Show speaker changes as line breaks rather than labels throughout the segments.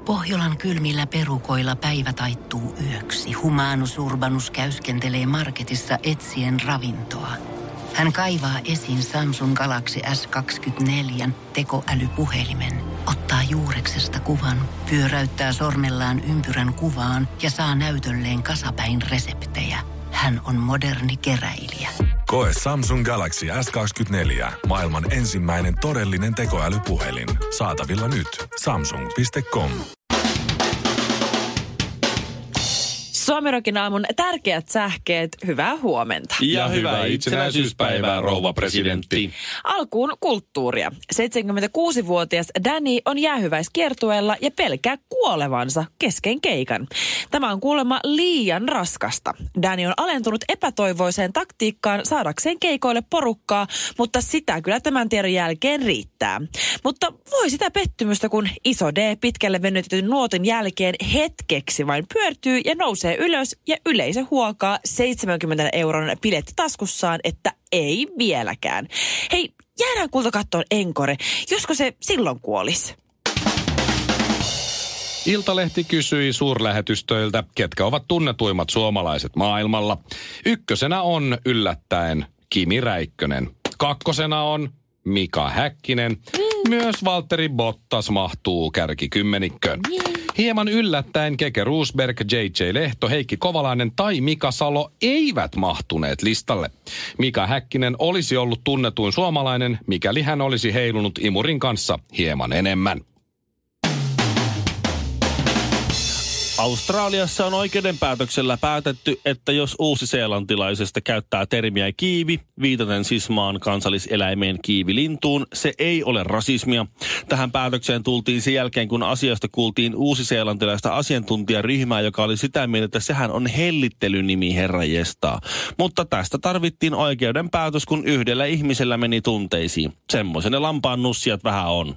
Pohjolan kylmillä perukoilla päivä taittuu yöksi. Humanus Urbanus käyskentelee marketissa etsien ravintoa. Hän kaivaa esiin Samsung Galaxy S24 tekoälypuhelimen, ottaa juureksesta kuvan, pyöräyttää sormellaan ympyrän kuvaan ja saa näytölleen kasapäin reseptejä. Hän on moderni keräilijä.
Koe Samsung Galaxy S24. Maailman ensimmäinen todellinen tekoälypuhelin. Saatavilla nyt. Samsung.com.
Suomirokin aamun tärkeät sähkeet, hyvää huomenta.
Ja hyvää itsenäisyyspäivää, rouva presidentti.
Alkuun kulttuuria. 76-vuotias Danny on jäähyväiskiertueella ja pelkää kuolevansa kesken keikan. Tämä on kuulemma liian raskasta. Danny on alentunut epätoivoiseen taktiikkaan saadakseen keikoille porukkaa, mutta sitä kyllä tämän tiedon jälkeen riittää. Mutta voi sitä pettymystä, kun iso D pitkälle venytetyn nuotin jälkeen hetkeksi vain pyörtyy ja nousee ylös ja yleisö huokaa 70 € piletti taskussaan, että ei vieläkään. Hei, jäädään kulta kattoon Encore, josko se silloin kuolisi.
Iltalehti kysyi suurlähetystöiltä, ketkä ovat tunnetuimmat suomalaiset maailmalla. Ykkösenä on yllättäen Kimi Räikkönen. Kakkosena on Mika Häkkinen. Myös Valtteri Bottas mahtuu kärkikymmenikköön. Hieman yllättäen Keke Rosberg, J.J. Lehto, Heikki Kovalainen tai Mika Salo eivät mahtuneet listalle. Mika Häkkinen olisi ollut tunnetuin suomalainen, mikäli hän olisi heilunut imurin kanssa hieman enemmän.
Australiassa on oikeudenpäätöksellä päätetty, että jos uusiseelantilaisesta käyttää termiä kiivi, viitaten siis maan kansalliseläimeen kiivilintuun, se ei ole rasismia. Tähän päätökseen tultiin sen jälkeen, kun asiasta kuultiin uusiseelantilaista asiantuntijaryhmää, joka oli sitä mieltä, että sehän on hellittelynimi herranjestaa. Mutta tästä tarvittiin oikeudenpäätös, kun yhdellä ihmisellä meni tunteisiin. Semmoisen ne lampaan nussijat vähän on.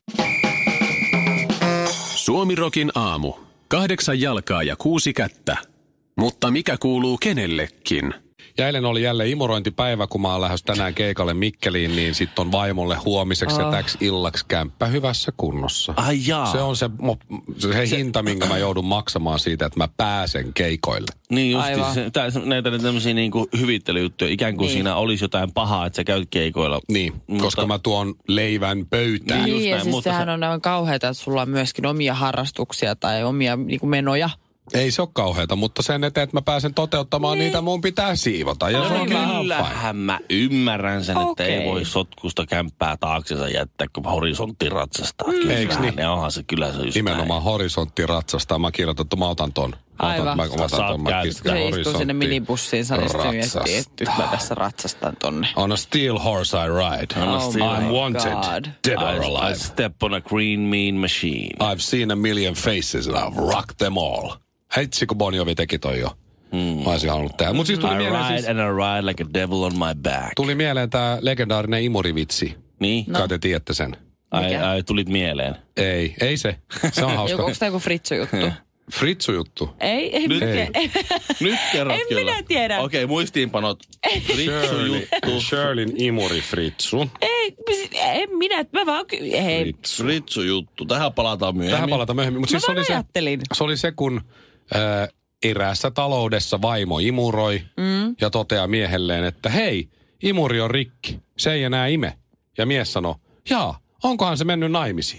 Suomirokin aamu. 8 jalkaa ja 6 kättä. Mutta mikä kuuluu kenellekin?
Ja eilen oli jälleen imurointipäivä, kun mä oon lähdössä tänään keikalle Mikkeliin, niin sit on vaimolle huomiseksi ja täksi illaksi kämppä hyvässä kunnossa.
Ai jaa.
Se on se hinta, minkä mä joudun maksamaan siitä, että mä pääsen keikoille.
Niin justi, näitä tämmöisiä niinku hyvittelyjuttuja, ikään kuin siinä olisi jotain pahaa, että sä käyt keikoilla.
Niin, koska mä tuon leivän pöytään.
Niin, ja siis sehän on aivan kauheata, että sulla on myöskin omia harrastuksia tai omia niinku menoja.
Ei se ole kauheata, mutta sen eteen, että mä pääsen toteuttamaan niitä, mun pitää siivota. Ja se on
kyllähän mä ymmärrän sen, että ei voi sotkusta kämppää taaksensa jättää, kun horisontti ratsastaa.
Eiks niin?
Onhan se kyllä se just
nimenomaan horisontti ratsastaa. Mä kirjoitan, että mä otan ton.
Aivan.
Mä otan ton.
Se istuu sinne minibussiin, sä miettii, että nyt mä tässä ratsastan tonne.
On a steel horse I ride. I'm wanted, dead or alive.
I step on a green mean machine.
I've seen a million faces and I've rocked them all. Heitsi, kun Bon Jovi teki toi jo. Mä olisin halunnut tehdä. Mut siis tuli mieleen
and I ride like a devil on my back.
Tuli mieleen tää legendaarinen imurivitsi.
Niin?
Kai te tiedätte sen.
Ai, tulit mieleen.
Ei se. Se on hauska.
Onko tää joku Fritsu-juttu?
Fritsu-juttu?
Ei.
Nyt kerrot
en
kyllä.
En minä tiedä.
Okei, muistiinpanot. Fritsu-juttu.
Shirleyn imuri Fritsu.
En minä, mä vaan...
Fritsu-juttu. Tähän palataan myöhemmin.
Mutta siis se oli se, kun eräässä taloudessa vaimo imuroi ja toteaa miehelleen, että hei, imuri on rikki. Se ei enää ime. Ja mies sanoi, jaa, onkohan se mennyt naimisiin?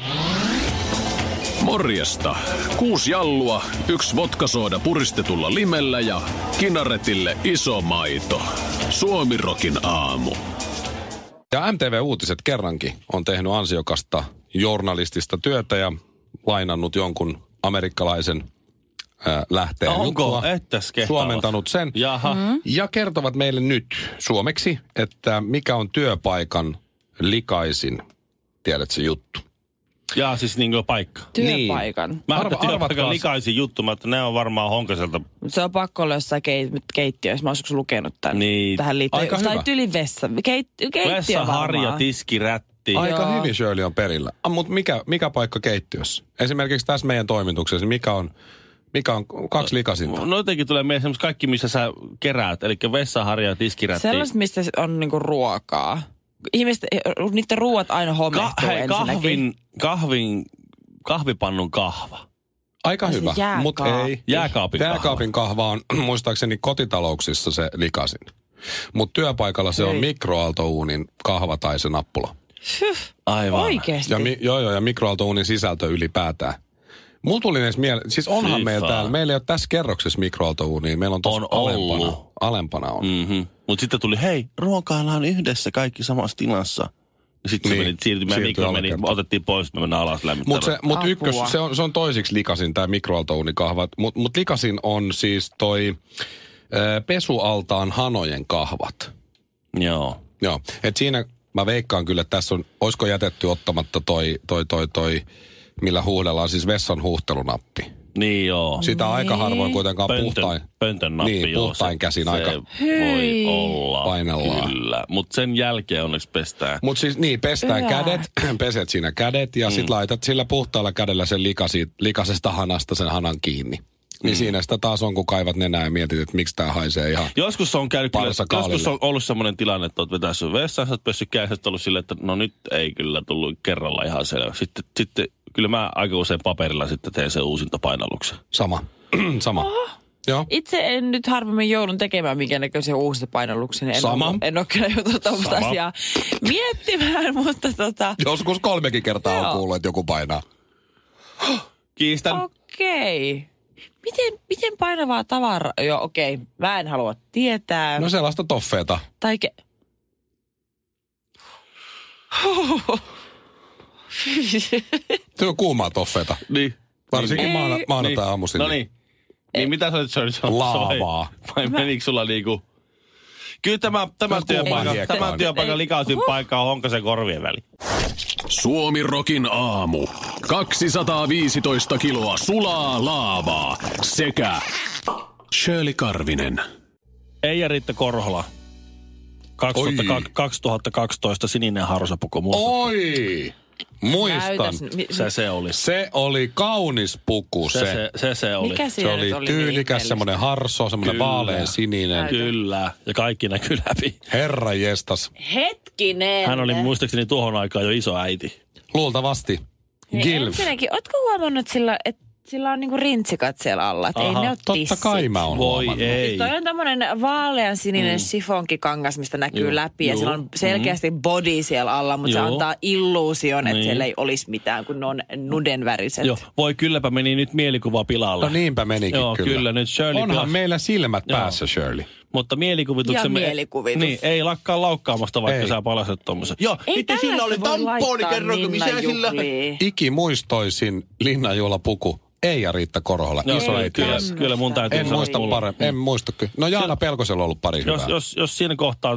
Morjesta. 6 jallua, 1 vodkasooda puristetulla limellä ja kinaretille iso maito. Suomirokin aamu.
Ja MTV Uutiset kerrankin on tehnyt ansiokasta journalistista työtä ja lainannut jonkun amerikkalaisen lähteen juttua. Suomentanut sen.
Jaha.
Ja kertovat meille nyt suomeksi, että mikä on työpaikan likaisin. Tiedätkö se juttu?
Jaa, siis niin kuin paikka.
Työpaikan.
Niin. Mä arvatkaan likaisin juttu, että ne on varmaan Honkaselta.
Se on pakko olla jossain keittiössä. Mä olisiko lukenut tämän
niin.
Tähän liittyen.
Aika hyvä.
Tai tylin vessa. Keittiö
vessa, harja, tiski, rätti.
Aika hyvin Shirley on perillä. Mutta mikä paikka keittiössä? Esimerkiksi tässä meidän toimituksessa, mikä on 2 likasinta?
No jotenkin tulee mieleen semmoista kaikki, missä sä keräät. Eli vessa, harja, tiski, rätti.
Sellaista, mistä on niinku ruokaa. Ihmiset, niiden ruuat aina homehtuu ensinnäkin.
Kahvipannun kahva.
Aika
Se
hyvä,
jääkaappi.
mutta ei.
Jääkaapin
kahva on muistaakseni kotitalouksissa se likasin. Mutta työpaikalla se on mikroaaltouunin kahva tai se nappula.
Aivan.
Oikeesti?
Ja mikroaaltouunin sisältö ylipäätään. Mulla tuli edes mieleen, siis onhan meillä täällä, meillä ei ole tässä kerroksessa mikroaaltouunia, meillä on tuossa alempana on.
Mm-hmm. Mutta sitten tuli, hei, ruokaillaan yhdessä kaikki samassa tilassa. Ja sitten
niin,
otettiin pois, me mennään alas lämmittämään.
Mutta ykkös, se on toisiksi likasin tämä mikroaaltouunikahvat. Mutta likasin on siis toi pesualtaan hanojen kahvat.
Joo.
Joo, et siinä mä veikkaan kyllä, että tässä on, olisiko jätetty ottamatta toi millä huuhdellaan siis vessan huuhtelunappi.
Niin joo.
Sitä aika harvoin kuitenkaan
pöntön nappi,
niin, puhtain käsin aika
voi olla.
Painellaan.
Kyllä, mutta sen jälkeen onneksi pestään.
Mutta siis niin, pestään kädet, peset siinä kädet ja sit laitat sillä puhtaalla kädellä sen likasesta hanasta sen hanan kiinni. Niin siinä sitä taas on, kun kaivat nenää ja mietit, että miksi tää haisee ihan
joskus on ollut semmoinen tilanne, että oot vetänyt sun vessaan, sä oot pössy kädessä, ollut silleen, että no nyt ei kyllä tullut kerralla ihan selvä. Sitten kyllä mä aika usein paperilla sitten teen sen uusintapainalluksen.
Sama. Joo.
Itse en nyt harvemmin joudun tekemään minkään näköisen uusintapainalluksen.
Sama.
En ole kyllä joutunut tämmöistä asiaa miettimään, mutta
Joskus 3 kertaa on kuullut, että joku painaa.
Kiistän.
Okei. Miten painavaa tavaraa? Joo, okei. Mä en halua tietää.
No sellaista toffeeta. Se on kuumaa toffeeta.
Niin.
Varsinkin maanantai aamuisin.
No niin. Niin mitä sä nyt
laavaa.
Vai menikö sulla niinku... Kyllä tämän työpaikan likaisin paikka on Honkasen korvien väli.
Suomi Rokin aamu. 215 kiloa sulaa laavaa sekä Shirley Karvinen.
Eija-Riitta Korhola. 2012 sininen harsapuku.
Oi! Muistan.
Se oli.
Se oli kaunis puku
se oli.
Mikä
se oli tyylikäs, semmoinen harso, semmoinen vaalean sininen.
Kyllä. Ja kaikki näkyy läpi.
Herra jestas.
Hetkinen.
Hän oli muistaakseni tuohon aikaan jo iso äiti.
Luultavasti. Gilf.
Ensinnäkin, ootko huomannut että sillä on niinku rintsikat siellä alla, että ei ne ole tissit.
Totta kai mä oon huomannut.
Ei.
Siis toi on tämmönen vaalean sininen sifonkikangas, mistä näkyy läpi ja siellä on selkeästi body siellä alla, mutta se antaa illuusion, että siellä ei olisi mitään, kun ne on nudenväriset.
Joo, voi kylläpä meni nyt mielikuva pilalle.
No niinpä menikin
kyllä. Nyt Shirley
onhan meillä silmät päässä, Shirley.
Mutta mielikuvituksen... Niin, ei lakkaa laukkaamasta, vaikka sä palaset tommosen. Joo,
mitä sillä oli tamponi, kerronko missä sillä...
Ikimuistoisin linnanjuhlapuku. Eija-Riitta Korhola, iso äiti.
Kyllä mun täytyy
en muista paremmin. En muista kyllä. No Jaana Pelkosella on ollut pari hyvää.
Jos siinä kohtaa...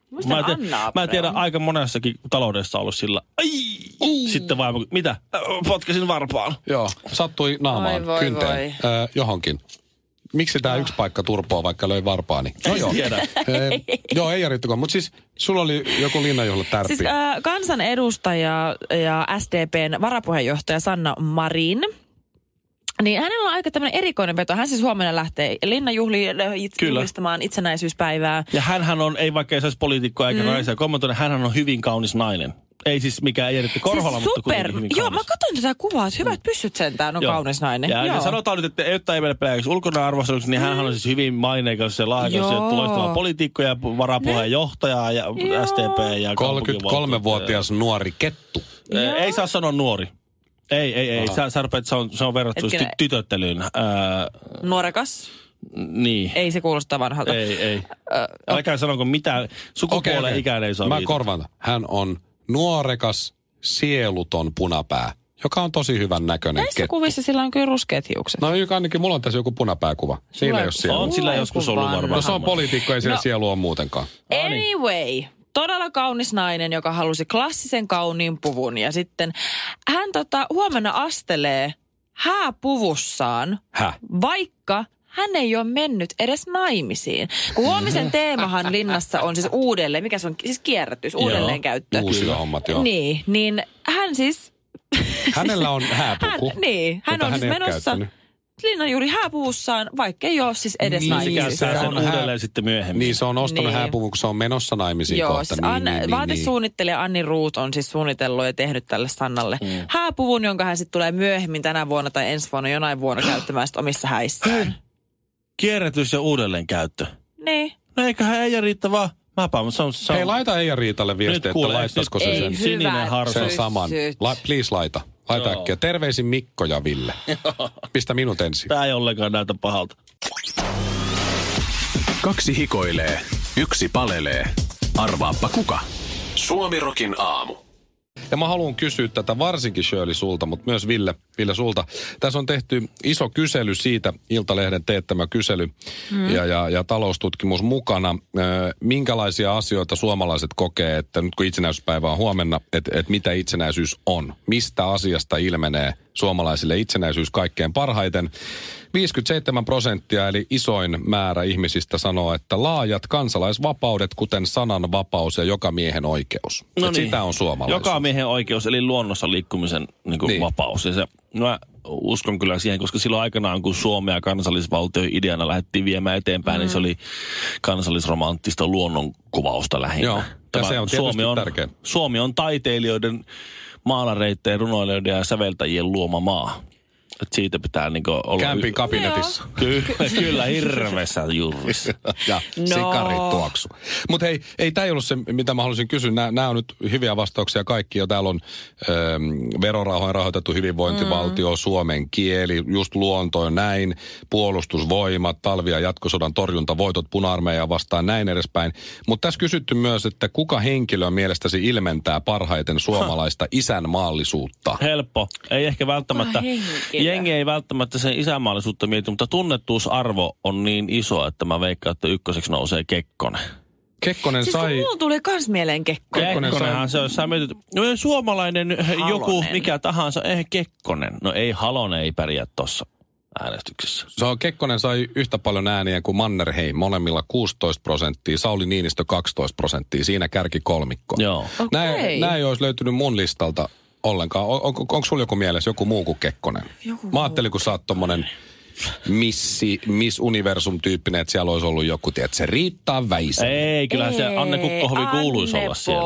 Mä tiedän aika monessakin taloudessa ollut sillä... Sitten vaimo... Mitä? Potkasin varpaan.
Joo, sattui naamaan, kynteen, johonkin. Miksi tää yksi paikka turpoo, vaikka löi varpaani? No joo. Joo, Eija-Riitta, mutta siis sulla oli joku linnanjuhla tärppi.
Siis kansanedustaja ja SDPn varapuheenjohtaja Sanna Marin... Niin hänellä on aika tämmöinen erikoinen veto. Hän siis huomenna lähtee linnanjuhliin juhlistamaan itsenäisyyspäivää.
Ja hänhän on, ei vaikka ei saisi poliitikkoa eikä naisia kommentoida, hänhän on hyvin kaunis nainen. Ei siis mikään Eija-Riitta Korhola,
siis
mutta kuitenkin hyvin kaunis.
Joo, mä katsoin tätä kuvaa, että hyvät pyssyt sentään on kaunis nainen.
Ja sanotaan nyt, että jotta ei mene pelkäksi ulkona arvosteluksi, niin hänhän on siis hyvin maineikas ja lahjakas ja loistava poliitikko ja varapuheenjohtaja ja SDP ja
33-vuotias nuori kettu.
Ei saa sanoa nuori. Ei. Sä rupeat, se on verrattu tytöttelyyn.
Nuorekas?
Niin.
Ei se kuulosta vanhalta.
Ei. Älkää sanonko mitään. Sukupuoleen ikään ei saa
Mä korvan. Hän on nuorekas, sieluton punapää, joka on tosi hyvän näköinen kettu.
Näissä kuvissa sillä on kyllä ruskeat hiukset.
No ainakin mulla on tässä joku punapääkuva. Siinä ei ole sielua.
On sillä joskus ollut varmaan.
No se on poliitikko, ei siellä sielua ole muutenkaan.
Anyway. Todella kaunis nainen, joka halusi klassisen kauniin puvun. Ja sitten hän huomenna astelee hääpuvussaan, vaikka hän ei ole mennyt edes naimisiin. Kun huomisen teemahan linnassa on siis uudelleen, mikä se on, siis kierrätys, uudelleenkäyttö.
Uusia hommat, joo.
Niin hän siis...
Hänellä on hääpuku.
Hän on siis menossa... linnanjuhli hääpuvussaan, vaikka ei ole siis edes
Niin,
Se
naimisissa.
käyttää sen uudelleen sitten myöhemmin.
Niin se on ostanut
Niin.
hääpuvun, kun se on menossa naimisiin
Joo,
kohta.
siis vaatesuunnittelija Anni Ruut on siis suunnitellut ja tehnyt tälle Sannalle hääpuvun, jonka hän sitten tulee myöhemmin tänä vuonna tai ensi vuonna jonain vuonna käyttämään sit omissa häissään.
Kierrätys ja uudelleenkäyttö.
Niin.
No eiköhän äijä riittää vaan. Se on.
Hei, laita Eija Riitalle viesti,
Nyt
että
kuule,
laittaisiko se
ei
sen.
hyvä.
Sininen harso.
Sen saman. Please laita. Laita
Joo.
äkkiä. Terveisin Mikko ja Ville. Pistä minut ensin.
Tää ei ollenkaan näytä pahalta.
2 hikoilee, 1 palelee. Arvaappa kuka? Suomirokin aamu.
Ja mä haluan kysyä tätä varsinkin Shirley sulta, mutta myös Ville sulta. Tässä on tehty iso kysely siitä, Iltalehden teettämä kysely ja taloustutkimus mukana. Minkälaisia asioita suomalaiset kokee, että nyt kun itsenäisyyspäivä on huomenna, että mitä itsenäisyys on? Mistä asiasta ilmenee suomalaisille itsenäisyys kaikkein parhaiten? 57% eli isoin määrä ihmisistä sanoo, että laajat kansalaisvapaudet, kuten sananvapaus ja jokamiehen oikeus.
No
Että
niin.
sitä on suomalaisuus.
Jokamiehen oikeus, eli luonnossa liikkumisen niin. vapaus. Ja se, mä uskon kyllä siihen, koska silloin aikanaan, kun Suomea kansallisvaltio ideana lähdettiin viemään eteenpäin, niin se oli kansallisromanttista luonnonkuvausta lähinnä.
Joo, ja se on tietysti tärkeä.
Suomi on taiteilijoiden, maalareiden, runoilijoiden ja säveltäjien luoma maa. Että siitä pitää olla...
Kämpin kabinetissa.
Kyllä, hirveässä jurrissa.
Ja sikarit tuoksu. Mutta hei, ei tämä ollut se, mitä mä haluaisin kysyä. Nämä on nyt hyviä vastauksia kaikki. Ja täällä on verorahoin rahoitettu hyvinvointivaltio, suomen kieli, just luonto ja näin, puolustusvoimat, talvi- ja jatkosodan torjunta, voitot puna-armeijaa vastaan, näin edespäin. Mutta tässä kysytty myös, että kuka henkilö mielestäsi ilmentää parhaiten suomalaista isänmaallisuutta?
Helppo. Ei ehkä välttämättä... Jengi ei välttämättä sen isänmaallisuutta mieti, mutta tunnettuusarvo on niin iso, että mä veikkaan, että ykköseksi nousee Kekkonen.
Kekkonen
Siis
sai...
mulla tuli kans mieleen Kekkonen.
Kekkonenhan se on, sä mietit, no suomalainen
Halonen.
joku, mikä tahansa, Kekkonen. No ei, Halonen ei pärjää tossa äänestyksessä.
Kekkonen sai yhtä paljon ääniä kuin Mannerheim, molemmilla 16%, Sauli Niinistö 12%, siinä kärkikolmikko.
Joo.
Okei.
Nämä ei olisi löytynyt mun listalta ollenkaan. Onko sulla joku mielessä joku muu kuin Kekkonen? Mä ajattelin, kun sä oot tommonen Miss Universum-tyyppinen, että siellä olisi ollut joku, tiedät, se Riitta Väisä.
Ei, kyllähän se Anne Kukkohovi kuuluisi olla siellä.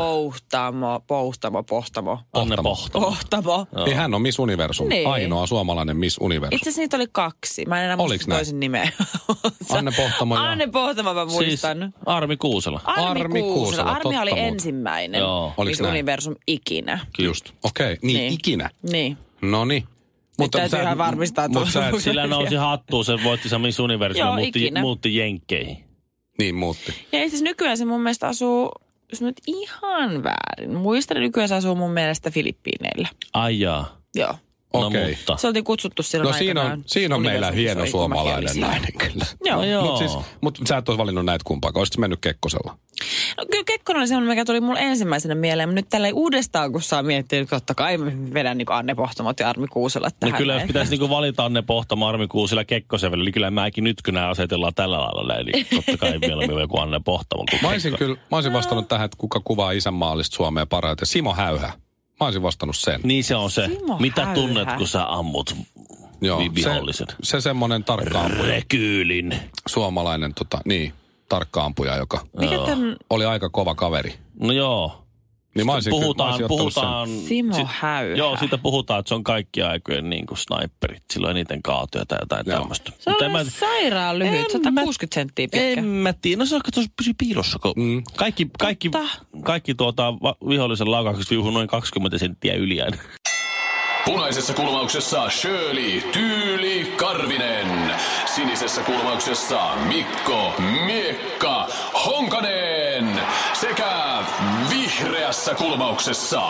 Pohtamo.
Anne Pohtamo.
Pohtamo.
Ei, hän on Miss Universum,
Niin.
ainoa suomalainen Miss Universum.
Itse asiassa niitä oli 2. Mä en enää
Oliks
muista
näin?
toisen nimeä.
Anne Pohtamo ja...
Anne Pohtamo mä
Siis
muistan.
Armi Kuusela.
Armi Kuusela. Armi
totta
oli
muuten.
ensimmäinen
Joo.
Oliks
Miss
näin?
Universum ikinä.
Just, okei. Niin, ikinä.
Niin.
Noniin.
Täytyy ihan varmistaa tuossa.
Sillä nousi hattuun, se voitti se Miss Universum
Joo,
ja
ikinä.
muutti Jenkkeihin.
Niin muutti.
Ja itse asiassa nykyään se mun mielestä asuu, jos nyt ihan väärin, muistan, nykyään se asuu mun mielestä Filippiineillä.
Ai jaa.
Joo.
No
Okei.
mutta.
Se oltiin kutsuttu silloin
No siinä on meillä hieno
Universumissa,
suomalainen
kun mäkin olin
nainen kyllä.
Joo.
No joo.
Mutta sä et olisi valinnut näitä kumpaakaan. Olisitko mennyt Kekkosella?
No, kyllä Kekkonen oli semmoinen, mikä tuli mulle ensimmäisenä mieleen, mutta nyt tällä uudestaan, kun saa miettiä, että totta kai mä vedän niin Anne Pohtamot ja Armi Kuusela tähän.
No kyllä, jos pitäisi valita Anne Pohtamo, Armi Kuusela, Kekkosen välillä, niin kyllä mäkin nyt, kun nämä asetellaan tällä lailla, niin totta kai mieluummin joku Anne Pohtamo kuin
Mä olisin vastannut tähän, että kuka kuvaa isänmaallista Suomea parhaiten. Simo Häyhä. Mä olisin vastannut sen.
Niin se on se.
Simo
Mitä
Häyhä.
tunnet, kun sä ammut vihollisen?
Se semmoinen tarkka-ampuja.
Rekyylin.
Suomalainen, tarkka-ampuja, joka
Mikä tämän
oli aika kova kaveri.
No joo.
Niin mä olisin
Puhutaan.
Simo Häyhä?
Joo, siitä puhutaan, että se on kaikki aikojen niin kuin sniperit. Sillä on eniten kaatoja tai jotain
Joo.
tämmöistä.
Se on sairaan lyhyt, 160 senttiä pitkä.
En mä tiedä. No se on, että se pysyy piilossa. Kun kaikki vihollisen laukaukset viuhuu noin 20 senttiä yliään.
Punaisessa kulmauksessa Shirley Tyyli Karvinen. Sinisessä kulmauksessa Mikko Miekka Honkanen. Sekä vihreässä kulmauksessa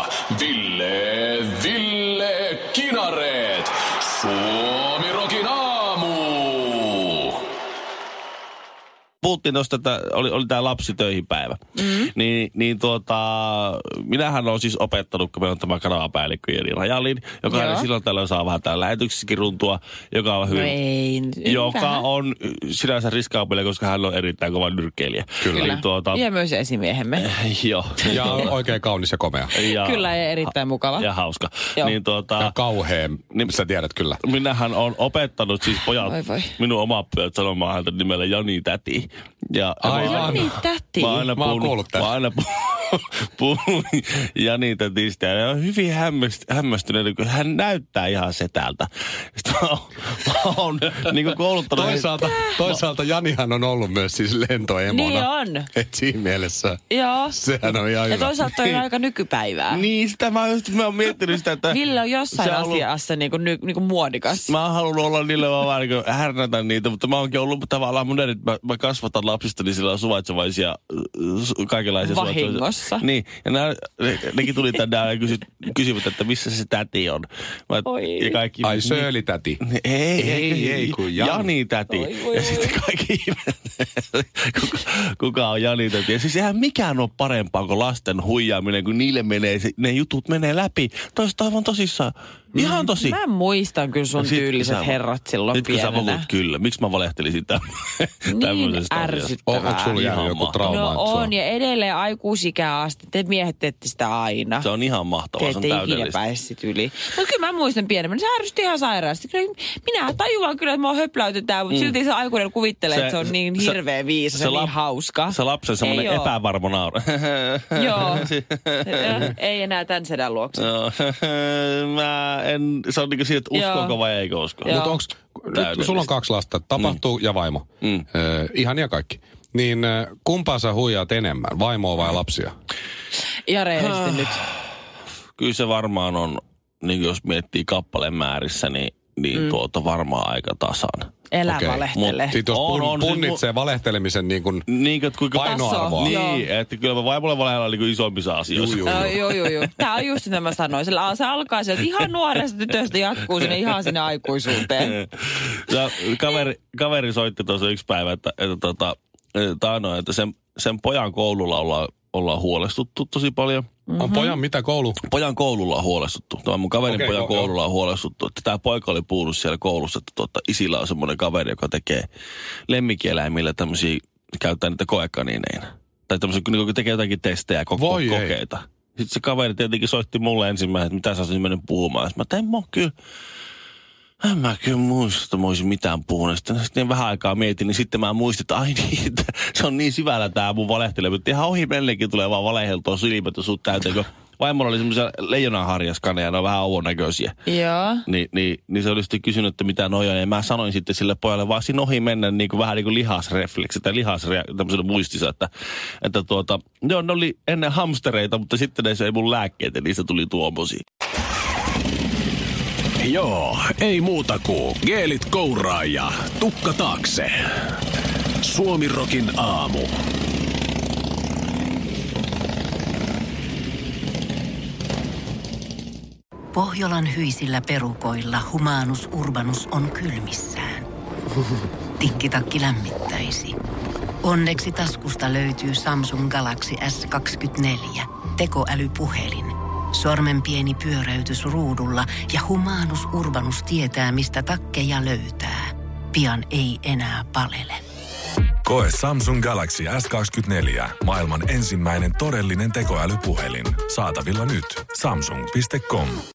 Ville Kinareet. Suomirokin aamu.
puhuttiin tuosta, että oli tää lapsi töihin päivä. Minähän olen siis opettanut, kun meillä on tämä kanavapäällikkö Jeni Rajalin, joka aina silloin tällöin saa vähän täällä lähetyksessäkin runtua, joka on hyvin, on sinänsä riskaapeli, koska hän on erittäin kova nyrkkeilijä.
Kyllä. Ja myös esimiehemme.
Joo.
Ja oikein kaunis ja komea.
Kyllä, ja erittäin mukava.
Ja hauska.
Ja kauheen, sä tiedät kyllä.
Minähän on opettanut siis pojat, minun omat pojat sanomaan häntä nimellä Jani Täti.
Jani Täti?
Mä oon kuullut tämän. Mä aina puhun Jani Tätistä ja on hyvin hämmästynyt, kun hän näyttää ihan setältä. Sitten mä oon niin kuin kouluttanut.
Toisaalta Janihan on ollut myös siis lentoemona.
Niin on.
Et siinä mielessä sehän on ihan hyvä.
Ja toisaalta on aika nykypäivää.
Niin, sitä mä oon miettinyt sitä, että
Ville on jossain asiassa niin kuin muodikas.
Mä oon halunnut olla niille vaan niin kuin härnätä niitä, mutta mä oonkin ollut tavallaan mun että mä kasvatan lapsistani sillä suvaitsevaisia kaikenlaisia
vahingossa.
Niin, ja nekin tuli tänne ja kysyvät, että missä se täti on. Ja kaikki,
ai Shirley täti.
Ei, kun Jani täti. Ja sitten kaikki kuka on Jani täti. Ja siis eihän mikään ole parempaa kuin lasten huijaaminen, kun niille menee, ne jutut menee läpi. Toista aivan tosissaan. Ihan tosi.
Mä muistan kyllä sun tyyliset herrat silloin pienenä.
Nyt kun sä vakuut kyllä. Miksi mä valehtelisin tämmöisestä
niin ärsyttävää.
Onko sulla jäänyt joku trauma?
No on, ja edelleen aikuisikää asti. Te miehet teette sitä aina.
Se on ihan mahtavaa, se on täydellistä. Te ette ikinä pääse sit yli. Mutta kyllä mä muistan pienemmän. Se ärsytti ihan sairaasti. Minä tajuan kyllä, että mua höpläytetään, mutta silti se aikuinen kuvittelee, että se on niin hirveä viisa, se on niin hauska. Se lapsen semmoinen epävarmo nauru.
Joo. Ei enää tän sedän luokse.
Se on niinku siitä, että uskoako vai eikö usko.
Mutta onks, nyt sulla on 2 lasta, tapahtuu ja vaimo. Ihania kaikki. Niin kumpaa sä huijaat enemmän, vaimoa vai lapsia?
Ja rehellisesti nyt.
Kyllä se varmaan on, niin jos miettii kappaleen määrissä, niin varmaan aika tasan.
Elä valehtele.
Sitten jos punnitsee valehtelemisen niin kuin painoarvoa.
Niin, että kyllä mä vaimolle valehdellaan niin kuin isommissa asioissa.
Joo. Tää on just mitä mä sanoin. Se alkaa sieltä ihan nuoresta tytöstä, jatkuu sinne ihan sinne aikuisuuteen.
Kaveri soitti tuossa yksi päivä, että sen pojan koululla ollaan huolestuttu tosi paljon.
On pojan mitä koulu?
Pojan koululla on huolestuttu. Tämä mun kaverin pojan koululla on huolestuttu. Että tämä poika oli puhunut siellä koulussa, että isillä on semmoinen kaveri, joka tekee lemmikkieläimillä tämmöisiä, käyttää niitä koekanineina. Tai tämmöisiä, kun tekee jotakin testejä, kokeita. Sitten se kaveri tietenkin soitti mulle ensimmäisenä, että mitä sä olisin mennyt puhumaan. Sitten En mä kyllä muista, että mä olisin mitään puhunut. Sitten vähän aikaa mietin, niin sitten mä muistin, että ai niin, että se on niin syvällä tää mun valehtelu. Mutta ihan ohi mennekin tulee vaan valeheltoa silmät ja sut täyteen, kun vaimolla oli semmoisia leijonanharjaskaneja, ne on vähän auvon näköisiä.
Joo.
Niin se oli sitten kysynyt, että mitä noja on. Ja mä sanoin sitten sille pojalle vaan siinä ohi mennä niin kuin vähän niin kuin lihasrefleksi tai tämmöisellä muistissa, että joo, ne oli ennen hamstereita, mutta sitten ne söi mun lääkkeet ja niistä tuli tuommoisia.
Joo, ei muuta kuin geelit kouraa ja tukka taakse. Suomi-rokin aamu.
Pohjolan hyisillä perukoilla Humanus Urbanus on kylmissään. Tikkitakki lämmittäisi. Onneksi taskusta löytyy Samsung Galaxy S24. Tekoälypuhelin. Sormen pieni pyöräytys ruudulla ja Humanus Urbanus tietää, mistä takkeja löytää. Pian ei enää palele.
Koe Samsung Galaxy S24. Maailman ensimmäinen todellinen tekoälypuhelin. Saatavilla nyt. Samsung.com.